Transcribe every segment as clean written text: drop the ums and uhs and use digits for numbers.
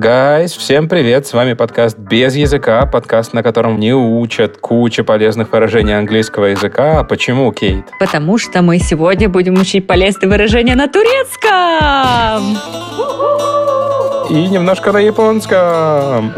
Гайс, всем привет! С вами подкаст «Без языка», подкаст, на котором не учат кучу полезных выражений английского языка. А почему, Кейт? Потому что мы сегодня будем учить полезные выражения на турецком! И немножко на японском.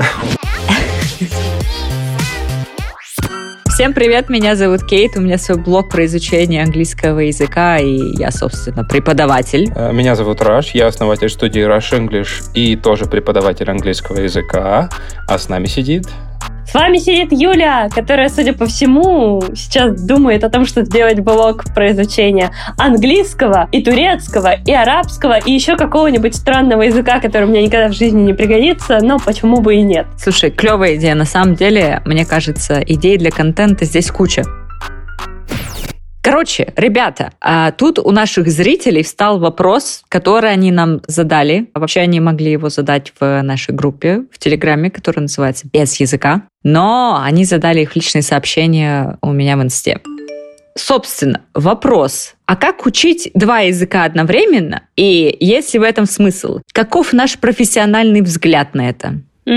Всем привет, меня зовут Кейт, у меня свой блог про изучение английского языка, и я, собственно, преподаватель. Меня зовут Раш, я основатель студии Rush English и тоже преподаватель английского языка. А с нами сидит... С вами сидит Юля, которая, судя по всему, сейчас думает о том, что сделать блог про изучение английского, и турецкого, и арабского, и еще какого-нибудь странного языка, который мне никогда в жизни не пригодится, но почему бы и нет. Слушай, клевая идея. На самом деле, мне кажется, идей для контента здесь куча. Короче, ребята, тут у наших зрителей встал вопрос, который они нам задали. Вообще они могли его задать в нашей группе в Телеграме, которая называется «Без языка». Но они задали их в личные сообщения у меня в Инсте. Собственно, вопрос. А как учить два языка одновременно? И есть ли в этом смысл? Каков наш профессиональный взгляд на это?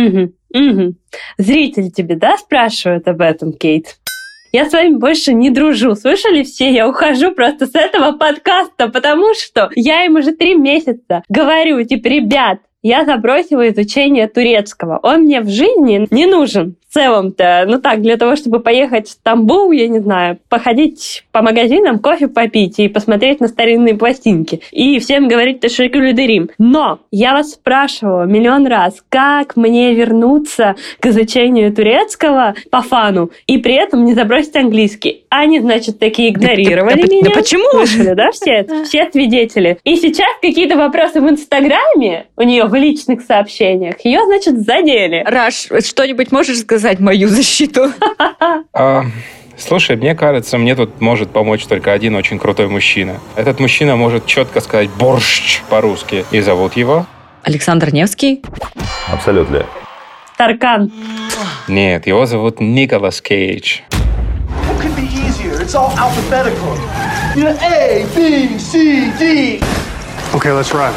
Зрители тебе, да, спрашивают об этом, Кейт? Я с вами больше не дружу. Слышали все? Я ухожу просто с этого подкаста, потому что я им уже 3 месяца говорю, ребят, я забросила изучение турецкого. Он мне в жизни не нужен. В целом-то, для того, чтобы поехать в Стамбул, я не знаю, походить по магазинам, кофе попить и посмотреть на старинные пластинки. И всем говорить «Тешекюль дерим». Но я вас спрашивала миллион раз, как мне вернуться к изучению турецкого по фану и при этом не забросить английский. Они, значит, такие игнорировали меня. Да почему? Слышали, да, все свидетели. И сейчас какие-то вопросы в Инстаграме у нее в личных сообщениях ее, значит, задели. Раш, что-нибудь можешь сказать мою защиту? Слушай, мне кажется, мне тут может помочь только один очень крутой мужчина. Этот мужчина может четко сказать «борщ» по-русски. И зовут его? Александр Невский? Абсолютно. Таркан. Нет, его зовут Николас Кейдж. Okay, let's run.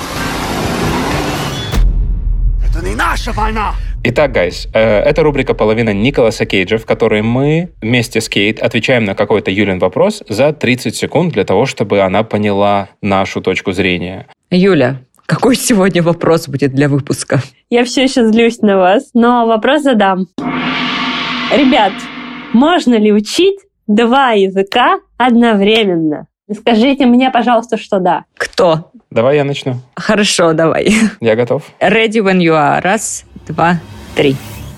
Это не наша война! Итак, гайс, это рубрика «Половина Николаса Кейджа», в которой мы вместе с Кейт отвечаем на какой-то Юлин вопрос за 30 секунд для того, чтобы она поняла нашу точку зрения. Юля, какой сегодня вопрос будет для выпуска? Я все еще злюсь на вас, но вопрос задам. Ребят, можно ли учить 2 языка одновременно? Скажите мне, пожалуйста, что да. Кто? Давай я начну. Хорошо, давай. Я готов. Ready when you are. 1, 2, 3.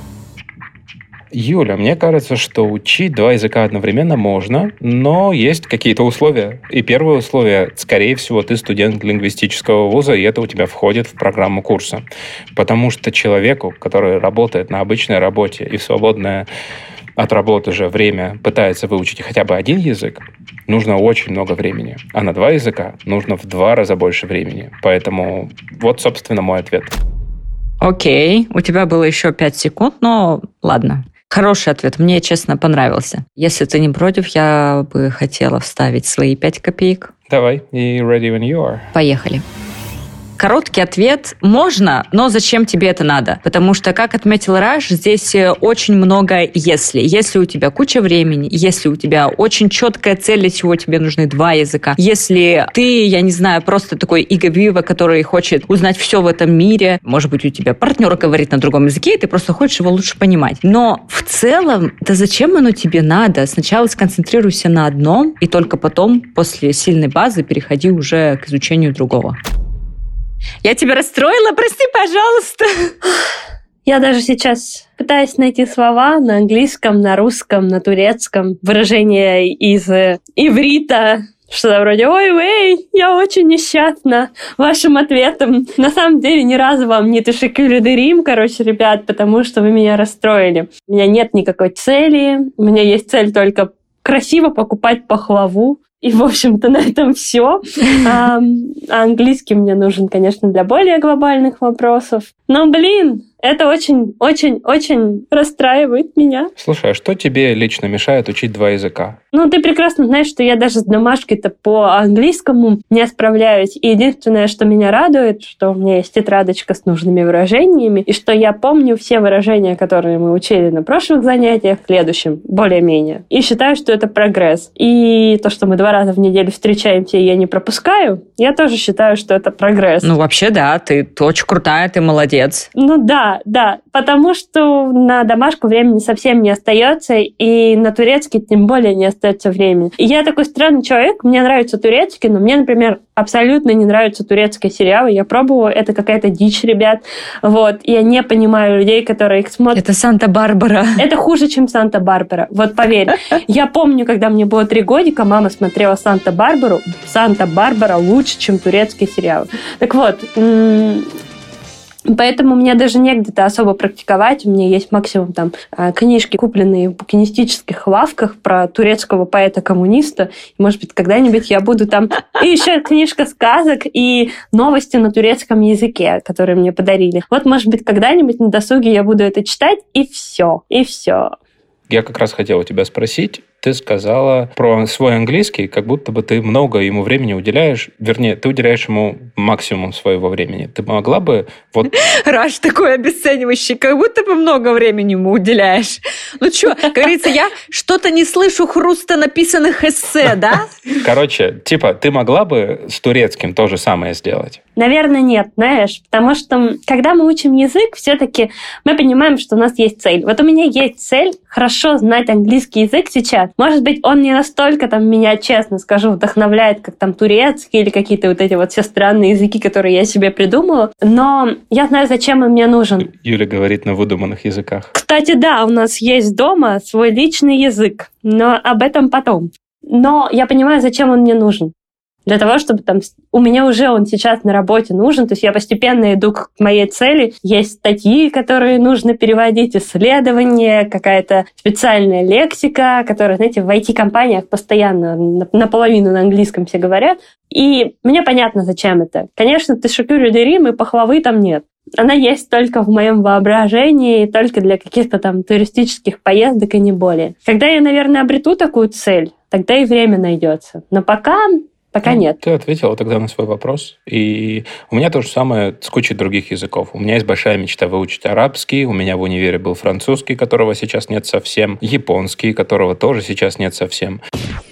Юля, мне кажется, что учить 2 языка одновременно можно, но есть какие-то условия. И первое условие, скорее всего, ты студент лингвистического вуза, и это у тебя входит в программу курса. Потому что человеку, который работает на обычной работе и в свободное от работы же время пытается выучить хотя бы 1 язык, нужно очень много времени. А на 2 языка нужно в 2 раза больше времени. Поэтому вот, собственно, мой ответ. Окей, у тебя было еще 5 секунд, но ладно. Хороший ответ, мне, честно, понравился. Если ты не против, я бы хотела вставить свои 5 копеек. Давай, и ready when you are. Поехали. Короткий ответ – можно, но зачем тебе это надо? Потому что, как отметил Раш, здесь очень много «если». Если у тебя куча времени, если у тебя очень четкая цель, для чего тебе нужны 2 языка, если ты, я не знаю, просто такой иго-виво, который хочет узнать все в этом мире, может быть, у тебя партнер говорит на другом языке, и ты просто хочешь его лучше понимать. Но в целом, да зачем оно тебе надо? Сначала сконцентрируйся на одном, и только потом, после сильной базы, переходи уже к изучению другого. Я тебя расстроила? Прости, пожалуйста. Я даже сейчас пытаюсь найти слова на английском, на русском, на турецком. Выражения из иврита. Что-то вроде «Ой, я очень несчастна вашим ответом». На самом деле, ни разу вам не «Тешекюль дерим», ребят, потому что вы меня расстроили. У меня нет никакой цели. У меня есть цель только красиво покупать пахлаву. И, в общем-то, на этом все. А английский мне нужен, конечно, для более глобальных вопросов. Но, Это очень-очень-очень расстраивает меня. Слушай, а что тебе лично мешает учить 2 языка? Ну, ты прекрасно знаешь, что я даже с домашкой-то по английскому не справляюсь. И единственное, что меня радует, что у меня есть тетрадочка с нужными выражениями, и что я помню все выражения, которые мы учили на прошлых занятиях, в следующем, более-менее. И считаю, что это прогресс. И то, что мы 2 раза в неделю встречаемся, и я не пропускаю, я тоже считаю, что это прогресс. Ну, вообще, да, ты очень крутая, ты молодец. Ну да, потому что на домашку времени совсем не остается, и на турецкий тем более не остается времени. И я такой странный человек, мне нравится турецкий, но мне, например, абсолютно не нравятся турецкие сериалы. Я пробовала, это какая-то дичь, ребят. Вот, я не понимаю людей, которые их смотрят. Это Санта-Барбара. Это хуже, чем Санта-Барбара. Вот поверь. Я помню, когда мне было 3 годика, мама смотрела Санта-Барбару. Санта-Барбара лучше, чем турецкие сериалы. Так вот, поэтому мне даже негде-то особо практиковать. У меня есть максимум там книжки, купленные в букинистических лавках про турецкого поэта-коммуниста. Может быть, когда-нибудь я буду там... И еще книжка сказок и новости на турецком языке, которые мне подарили. Вот, может быть, когда-нибудь на досуге я буду это читать, и все. И все. Я как раз хотел у тебя спросить. Ты сказала про свой английский, как будто бы ты много ему времени уделяешь. Вернее, ты уделяешь ему максимум своего времени. Ты могла бы... Раш такой обесценивающий, как будто бы много времени ему уделяешь. Ну что, как говорится, я что-то не слышу хруста написанных эссе, да? Короче, ты могла бы с турецким то же самое сделать? Наверное, нет, знаешь, потому что, когда мы учим язык, все-таки мы понимаем, что у нас есть цель. Вот у меня есть цель хорошо знать английский язык сейчас. Может быть, он не настолько меня, честно скажу, вдохновляет, как турецкий или какие-то вот эти вот все странные языки, которые я себе придумала, но я знаю, зачем он мне нужен. Юля говорит на выдуманных языках. Кстати, да, у нас есть дома свой личный язык, но об этом потом. Но я понимаю, зачем он мне нужен. Для того, чтобы у меня уже он сейчас на работе нужен, то есть я постепенно иду к моей цели. Есть статьи, которые нужно переводить, исследования, какая-то специальная лексика, которая, знаете, в IT-компаниях постоянно наполовину на английском все говорят. И мне понятно, зачем это. Конечно, тешекюр дерим, и пахлавы там нет. Она есть только в моем воображении, только для каких-то туристических поездок и не более. Когда я, наверное, обрету такую цель, тогда и время найдется. Но Пока нет. Ты ответила тогда на свой вопрос. И у меня то же самое с кучей других языков. У меня есть большая мечта выучить арабский. У меня в универе был французский, которого сейчас нет совсем. Японский, которого тоже сейчас нет совсем.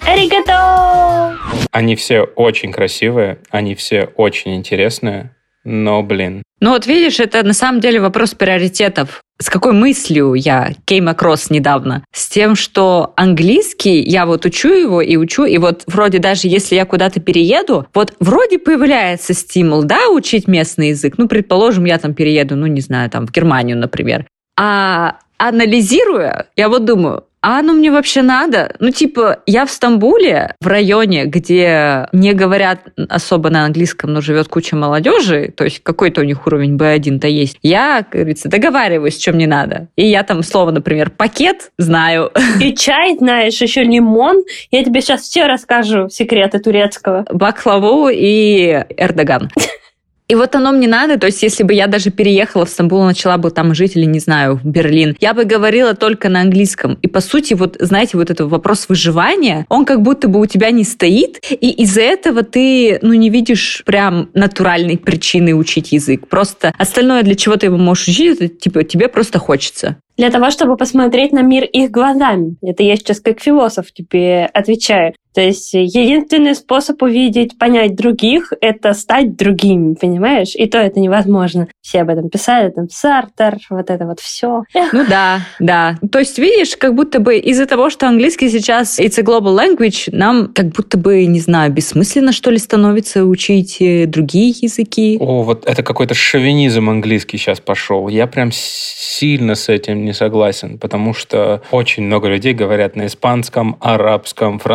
Аригато! Они все очень красивые, они все очень интересные. Но, Ну вот видишь, это на самом деле вопрос приоритетов. С какой мыслью я came across недавно? С тем, что английский, я вот учу его и учу, и вот вроде даже если я куда-то перееду, вот вроде появляется стимул, да, учить местный язык. Ну, предположим, я перееду, не знаю, в Германию, например. А анализируя, я вот думаю, а оно мне вообще надо? Я в Стамбуле, в районе, где не говорят особо на английском, но живет куча молодежи, то есть какой-то у них уровень B1-то есть. Я, как говорится, договариваюсь, что мне надо. И я слово, например, пакет знаю. И чай знаешь, еще лимон. Я тебе сейчас все расскажу, секреты турецкого. Баклаву и Эрдоган. И вот оно мне надо, то есть если бы я даже переехала в Стамбул, начала бы там жить или, не знаю, в Берлин, я бы говорила только на английском. И по сути, знаете, этот вопрос выживания, он как будто бы у тебя не стоит, и из-за этого ты, не видишь прям натуральной причины учить язык. Просто остальное, для чего ты его можешь учить, это тебе просто хочется. Для того, чтобы посмотреть на мир их глазами. Это я сейчас как философ тебе отвечаю. То есть единственный способ увидеть, понять других – это стать другими, понимаешь? И то это невозможно. Все об этом писали, Сартер, вот это вот все. Ну да. То есть, видишь, как будто бы из-за того, что английский сейчас it's a global language, нам как будто бы, не знаю, бессмысленно, что ли, становится учить другие языки. О, вот это какой-то шовинизм английский сейчас пошел. Я прям сильно с этим не согласен, потому что очень много людей говорят на испанском, арабском, французском,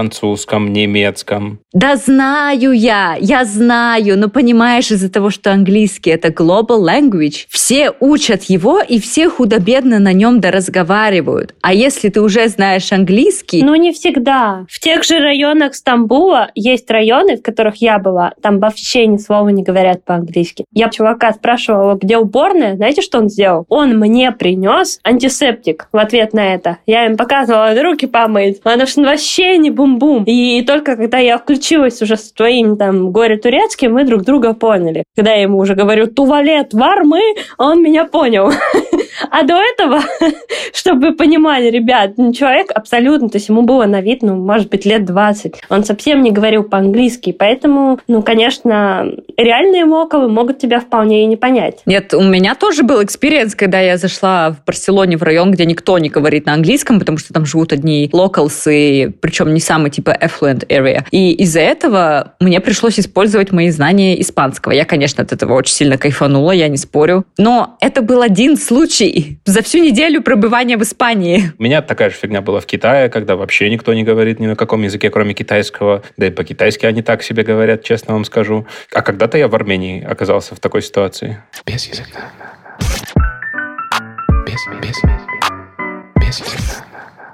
русском, немецком. Да знаю я знаю, но понимаешь, из-за того, что английский — это global language, все учат его и все худо-бедно на нем доразговаривают. А если ты уже знаешь английский... Ну, не всегда. В тех же районах Стамбула есть районы, в которых я была, там вообще ни слова не говорят по-английски. Я чувака спрашивала, где уборная, знаете, что он сделал? Он мне принес антисептик в ответ на это. Я им показывала руки помыть, потому что вообще не бум-бум. И только когда я включилась уже с твоим там горе-турецким, мы друг друга поняли. Когда я ему уже говорю «туалет, вармы», он меня понял. А до этого, чтобы вы понимали, ребят, человек абсолютно, то есть ему было на вид, может быть, лет 20. Он совсем не говорил по-английски, поэтому, конечно, реальные локалы могут тебя вполне и не понять. Нет, у меня тоже был экспириенс, когда я зашла в Барселоне в район, где никто не говорит на английском, потому что там живут одни локалсы, причем не самый типа affluent area. И из-за этого мне пришлось использовать мои знания испанского. Я, конечно, от этого очень сильно кайфанула, я не спорю. Но это был один случай за всю неделю пребывания в Испании. У меня такая же фигня была в Китае, когда вообще никто не говорит ни на каком языке, кроме китайского. Да и по-китайски они так себе говорят, честно вам скажу. А когда-то я в Армении оказался в такой ситуации. Без языка. Без языка.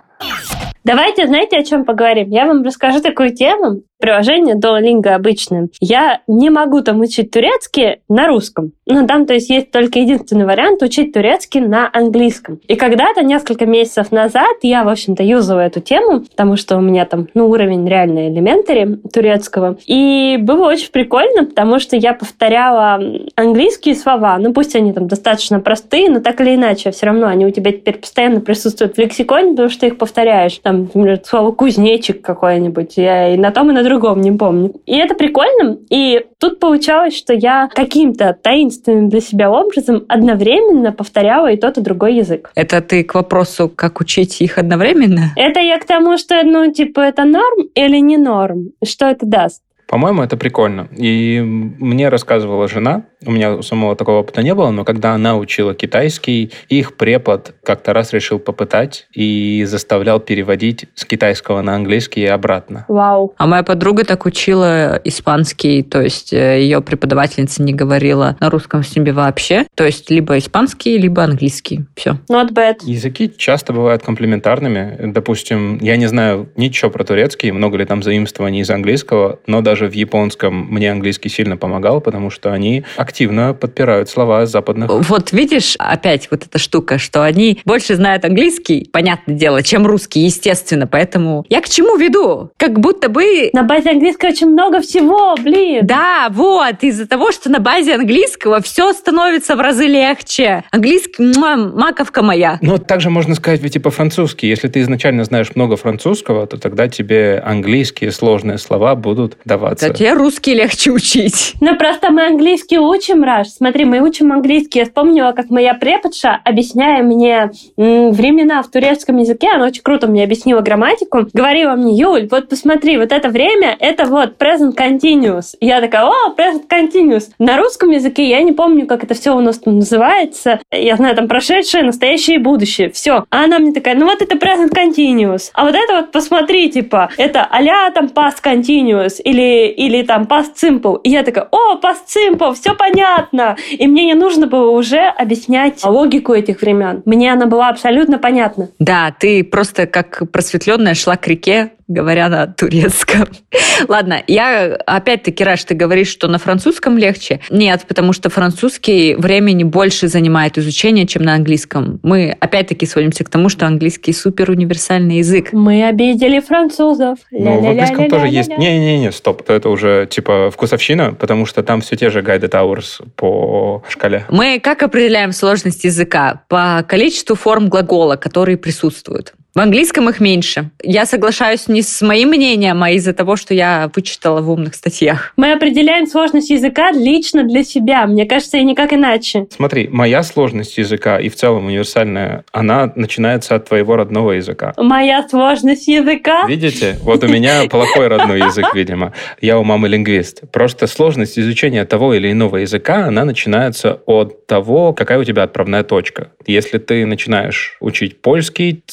Давайте, знаете, о чем поговорим? Я вам расскажу такую тему. Приложение Duolingo обычное. Я не могу там учить турецкий на русском. Там, то есть, есть только единственный вариант учить турецкий на английском. И когда-то, несколько месяцев назад, я, в общем-то, юзала эту тему, потому что у меня там, уровень реально элементари турецкого. И было очень прикольно, потому что я повторяла английские слова. Пусть они там достаточно простые, но так или иначе, все равно они у тебя теперь постоянно присутствуют в лексиконе, потому что ты их повторяешь. Там, например, слово «кузнечик» какое-нибудь. Я и на том, и на другом не помню. И это прикольно. И тут получалось, что я каким-то таинственным для себя образом одновременно повторяла и тот, и другой язык. Это ты к вопросу, как учить их одновременно? Это я к тому, что, это норм или не норм? Что это даст? По-моему, это прикольно. И мне рассказывала жена, у меня у самого такого опыта не было, но когда она учила китайский, их препод как-то раз решил попытать и заставлял переводить с китайского на английский и обратно. Вау. А моя подруга так учила испанский, то есть ее преподавательница не говорила на русском с ними вообще, то есть либо испанский, либо английский. Все. Not bad. Языки часто бывают комплементарными. Допустим, я не знаю ничего про турецкий, много ли там заимствований из английского, но даже в японском мне английский сильно помогал, потому что они активно подпирают слова западных. Вот видишь, опять вот эта штука, что они больше знают английский, понятное дело, чем русский, естественно, поэтому я к чему веду? Как будто бы... На базе английского очень много всего, блин. Да, вот, из-за того, что на базе английского все становится в разы легче. Английский, маковка моя. Но также можно сказать ведь и по-французски. Если ты изначально знаешь много французского, то тогда тебе английские сложные слова будут даваться. Да тебе русский легче учить. Просто мы английский учим, Раш. Смотри, мы учим английский. Я вспомнила, как моя преподша, объясняя мне времена в турецком языке, она очень круто мне объяснила грамматику, говорила мне: Юль, вот посмотри, вот это время, это вот present continuous. И я такая: о, present continuous. На русском языке я не помню, как это все у нас там называется. Я знаю, там прошедшее, настоящее и будущее. Все. А она мне такая: вот это present continuous. А вот это вот посмотри, это а-ля там past continuous или там past simple. И я такая: о, past simple, все понятно. И мне не нужно было уже объяснять логику этих времен. Мне она была абсолютно понятна. Да, ты просто как просветленная шла к реке, говоря на турецком. Ладно, я опять-таки, Раш, ты говоришь, что на французском легче. Нет, потому что французский времени больше занимает изучение, чем на английском. Мы опять-таки сводимся к тому, что английский супер универсальный язык. Мы обидели французов. Ну, в английском тоже есть... Не-не-не, стоп. Это уже вкусовщина, потому что там все те же guided hours по шкале. Мы как определяем сложность языка? По количеству форм глагола, которые присутствуют. В английском их меньше. Я соглашаюсь не с моим мнением, а из-за того, что я вычитала в умных статьях. Мы определяем сложность языка лично для себя. Мне кажется, и никак иначе. Смотри, моя сложность языка и в целом универсальная, она начинается от твоего родного языка. Моя сложность языка? Видите? Вот у меня плохой родной язык, видимо. Я у мамы лингвист. Просто сложность изучения того или иного языка, она начинается от того, какая у тебя отправная точка. Если ты начинаешь учить польский, с русским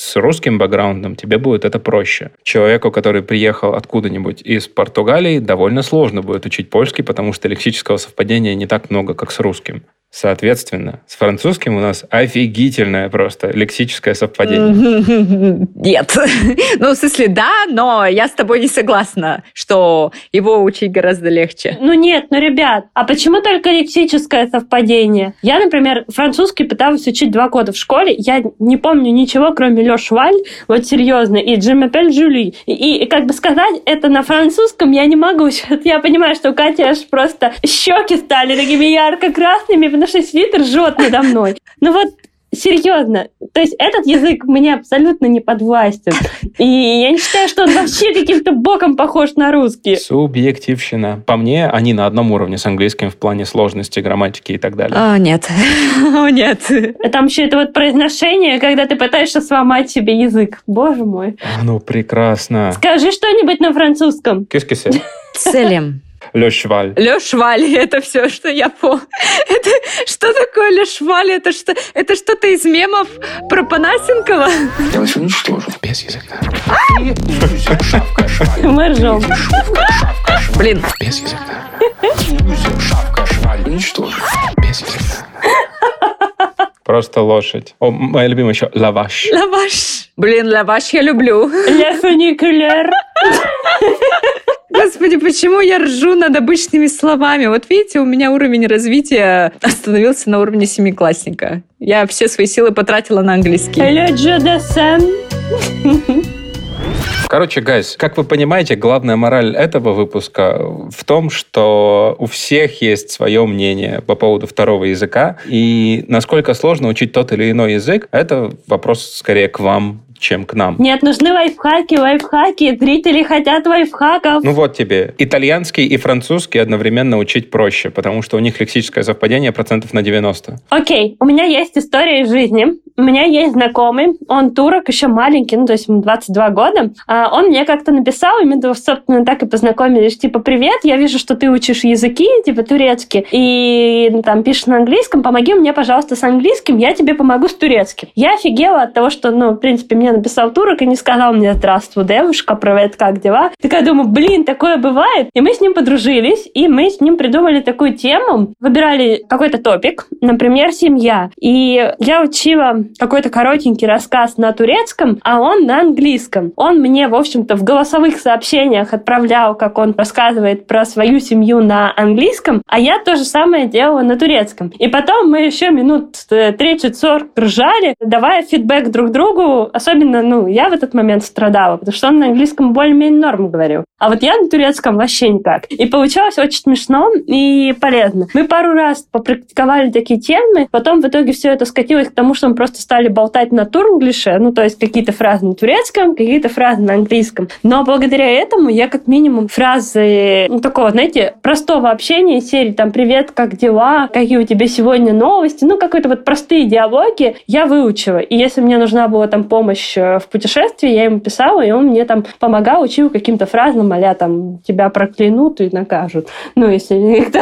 французским бэкграундом тебе будет это проще. Человеку, который приехал откуда-нибудь из Португалии, довольно сложно будет учить польский, потому что лексического совпадения не так много, как с русским. Соответственно, с французским у нас офигительное просто лексическое совпадение. Нет. Ну, в смысле, да, но я с тобой не согласна, что его учить гораздо легче. Ну нет, ребят, а почему только лексическое совпадение? Я, например, французский пыталась учить 2 года в школе, я не помню ничего, кроме Ле Шваль, вот серьезно, и Je m'appelle Julie. И как бы сказать это на французском я не могу. Я понимаю, что у Кати аж просто щеки стали такими ярко-красными, потому что сидит и ржет надо мной. Ну вот, серьезно. То есть этот язык мне абсолютно не подвластен. И я не считаю, что он вообще каким-то боком похож на русский. Субъективщина. По мне, они на одном уровне с английским в плане сложности, грамматики и так далее. Нет. Нет. Там еще это вот произношение, когда ты пытаешься сломать себе язык. Боже мой. Ну, прекрасно. Скажи что-нибудь на французском. Кис-кисе. Целем. Ле Шваль. Ле Шваль, это все, что я помню. Это что такое Ле Шваль? Это что-то из мемов про Панасенкова? Я вас уничтожу. Без языка. Мы ржем. Блин. Без языка. Уничтожу. Без языка. Просто лошадь. О, моя любимая еще лаваш. Лаваш. Блин, лаваш я люблю. Le funiculaire. Господи, почему я ржу над обычными словами? Вот видите, у меня уровень развития остановился на уровне семиклассника. Я все свои силы потратила на английский. Le jeu de scène. Короче, гайс, как вы понимаете, главная мораль этого выпуска в том, что у всех есть свое мнение по поводу второго языка, и насколько сложно учить тот или иной язык, это вопрос скорее к вам, чем к нам. Нет, нужны лайфхаки. Зрители хотят лайфхаков. Ну вот тебе. Итальянский и французский одновременно учить проще, потому что у них лексическое совпадение 90%. Окей, у меня есть история из жизни. У меня есть знакомый, он турок, еще маленький, ну, то есть ему 22 года. Он мне как-то написал, и мы, собственно, так и познакомились. Типа, привет, я вижу, что ты учишь языки, типа, турецкий, и там пишешь на английском, помоги мне, пожалуйста, с английским, я тебе помогу с турецким. Я офигела от того, что, ну, в принципе, мне написал турок и не сказал мне «Здравствуй, девушка, привет, как дела?» Такая думаю, блин, такое бывает. И мы с ним подружились, и мы с ним придумали такую тему. Выбирали какой-то топик, например, семья. И я учила какой-то коротенький рассказ на турецком, а он на английском. Он мне, в общем-то, в голосовых сообщениях отправлял, как он рассказывает про свою семью на английском, а я то же самое делала на турецком. И потом мы еще минут 30-40 ржали, давая фидбэк друг другу. Особенно, ну, я в этот момент страдала, потому что он на английском более-менее норм говорил. А вот я на турецком вообще никак. И получалось очень смешно и полезно. Мы пару раз попрактиковали такие темы, потом в итоге все это скатилось к тому, что мы просто стали болтать на турнглише, ну, то есть какие-то фразы на турецком, какие-то фразы на английском. Но благодаря этому я как минимум фразы, ну, такого, знаете, простого общения из серии, там, привет, как дела, какие у тебя сегодня новости, ну, какие-то вот простые диалоги я выучила. И если мне нужна была там помощь в путешествии, я ему писала, и он мне там помогал, учил каким-то фразам, а-ля там, тебя проклянут и накажут. Ну, если никто...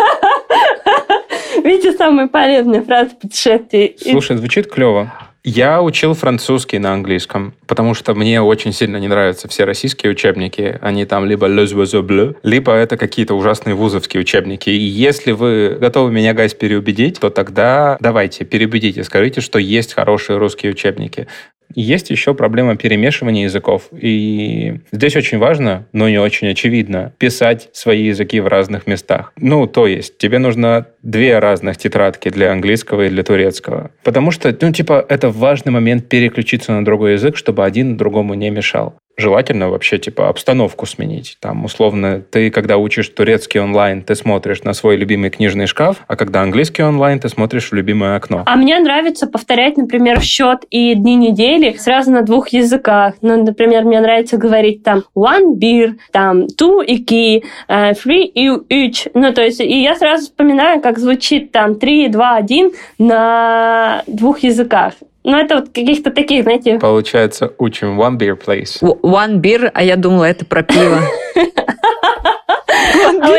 Видите, самые полезные фразы в путешествии. Слушай, звучит клево. Я учил французский на английском, потому что мне очень сильно не нравятся все российские учебники. Они там либо «Les oiseaux bleus», либо это какие-то ужасные вузовские учебники. И если вы готовы меня, гайс, переубедить, то тогда давайте, переубедите, скажите, что есть хорошие русские учебники. Есть еще проблема перемешивания языков. И здесь очень важно, но не очень очевидно, писать свои языки в разных местах. Ну, то есть, тебе нужно 2 разных тетрадки для английского и для турецкого. Потому что, ну, типа, это важный момент переключиться на другой язык, чтобы один другому не мешал. Желательно вообще, типа, обстановку сменить. Там, условно, ты, когда учишь турецкий онлайн, ты смотришь на свой любимый книжный шкаф, а когда английский онлайн, ты смотришь в любимое окно. А мне нравится повторять, например, счет и дни недели сразу на 2 языках. Ну, например, мне нравится говорить там one beer, там two iki, three each. Ну, то есть, и я сразу вспоминаю, как звучит там 3, 2, 1 на 2 языках. Ну, это вот каких-то таких, знаете... Получается, учим one beer, please. One beer, а я думала, это про пиво. А вы это очень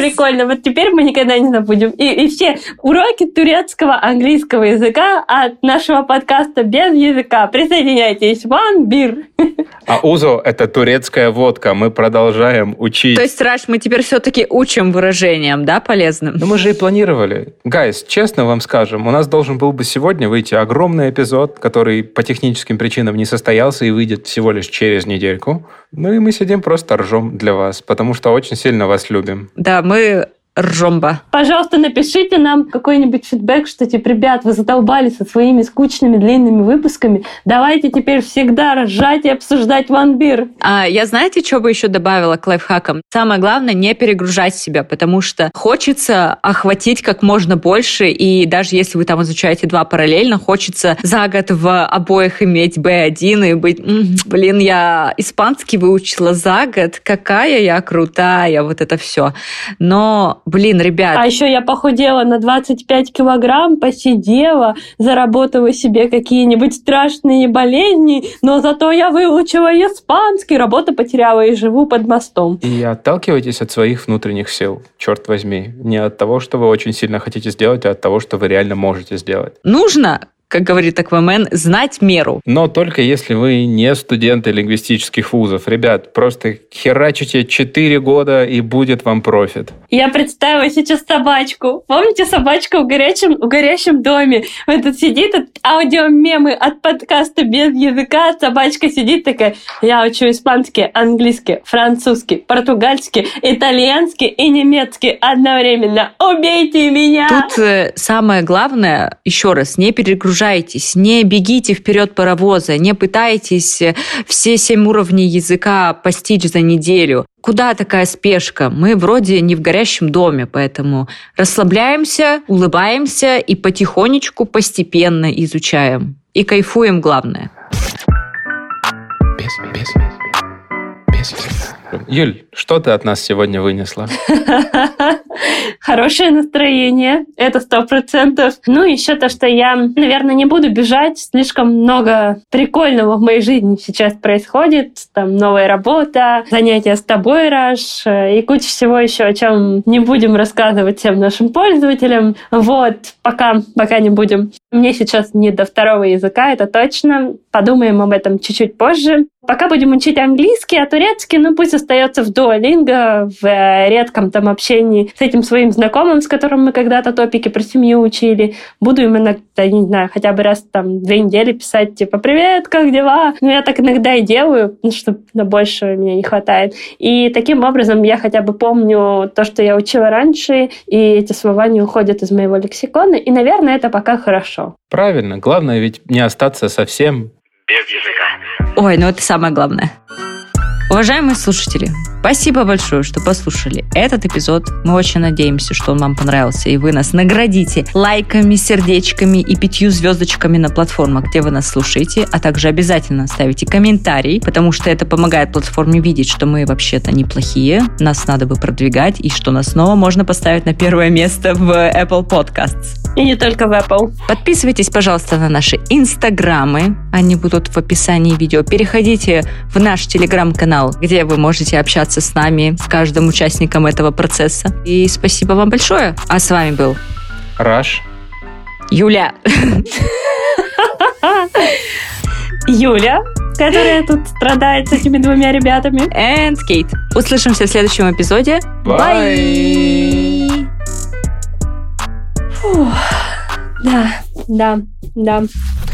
прикольно. Вот теперь мы никогда не забудем. И все уроки турецкого, английского языка от нашего подкаста без языка. Присоединяйтесь. One beer. А узо – это турецкая водка. Мы продолжаем учить. То есть, Раш, мы теперь все-таки учим выражениям, да, полезным? Ну, мы же и планировали. Гайс, честно вам скажем, у нас должен был бы сегодня выйти огромный эпизод, который по техническим причинам не состоялся и выйдет всего лишь через недельку. Ну и мы сидим просто ржем для вас, потому что очень сильно вас любим. Да, мы ржомба. Пожалуйста, напишите нам какой-нибудь фидбэк, что типа, ребят, вы задолбали со своими скучными длинными выпусками. Давайте теперь всегда ржать и обсуждать One Beer. Я знаете, что бы еще добавила к лайфхакам? Самое главное, не перегружать себя, потому что хочется охватить как можно больше, и даже если вы там изучаете 2 параллельно, хочется за год в обоих иметь B1 и быть, я испанский выучила за год, какая я крутая, вот это все. Но ребят. А еще я похудела на 25 килограмм, посидела, заработала себе какие-нибудь страшные болезни, но зато я выучила испанский, работу потеряла и живу под мостом. И отталкивайтесь от своих внутренних сил, черт возьми. Не от того, что вы очень сильно хотите сделать, а от того, что вы реально можете сделать. Нужно, как говорит Аквамен, знать меру. Но только если вы не студенты лингвистических вузов. Ребят, просто херачите 4 года, и будет вам профит. Я представила сейчас собачку. Помните собачку в горящем доме? Вот тут сидит аудиомемы от подкаста без языка. Собачка сидит такая: я учу испанский, английский, французский, португальский, итальянский и немецкий одновременно. Убейте меня! Тут самое главное, еще раз, не перегружайтесь, не бегите вперед паровоза, не пытайтесь все 7 уровней языка постичь за неделю. Куда такая спешка? Мы вроде не в горящем доме, поэтому расслабляемся, улыбаемся и потихонечку, постепенно изучаем. И кайфуем, главное. Юль, что ты от нас сегодня вынесла? Хорошее настроение, это 100%. Ну, еще то, что я, наверное, не буду бежать. Слишком много прикольного в моей жизни сейчас происходит. Там новая работа, занятия с тобой, Раш, и куча всего еще, о чем не будем рассказывать всем нашим пользователям. Вот, пока не будем. Мне сейчас не до 2 языка, это точно. Подумаем об этом чуть-чуть позже. Пока будем учить английский, а турецкий, пусть остается в Duolingo, в редком там общении с этим своим знакомым, с которым мы когда-то топики про семью учили. Буду им иногда, не знаю, хотя бы раз там 2 недели писать, типа, привет, как дела? Я так иногда и делаю, чтобы на больше мне не хватает. И таким образом я хотя бы помню то, что я учила раньше, и эти слова не уходят из моего лексикона, и, наверное, это пока хорошо. Правильно. Главное ведь не остаться совсем Без языка. Ой, это самое главное. Уважаемые слушатели, спасибо большое, что послушали этот эпизод. Мы очень надеемся, что он вам понравился, и вы нас наградите лайками, сердечками и 5 звездочками на платформах, где вы нас слушаете, а также обязательно ставите комментарий, потому что это помогает платформе видеть, что мы вообще-то неплохие, нас надо бы продвигать, и что нас снова можно поставить на 1 место в Apple Podcasts. И не только в Apple. Подписывайтесь, пожалуйста, на наши инстаграмы, они будут в описании видео. Переходите в наш телеграм-канал, где вы можете общаться с нами, с каждым участником этого процесса. И спасибо вам большое. А с вами был Раш, Юля, Юля, которая тут страдает с этими 2 ребятами. and Кейт. Услышимся в следующем эпизоде. Bye. Bye. Да.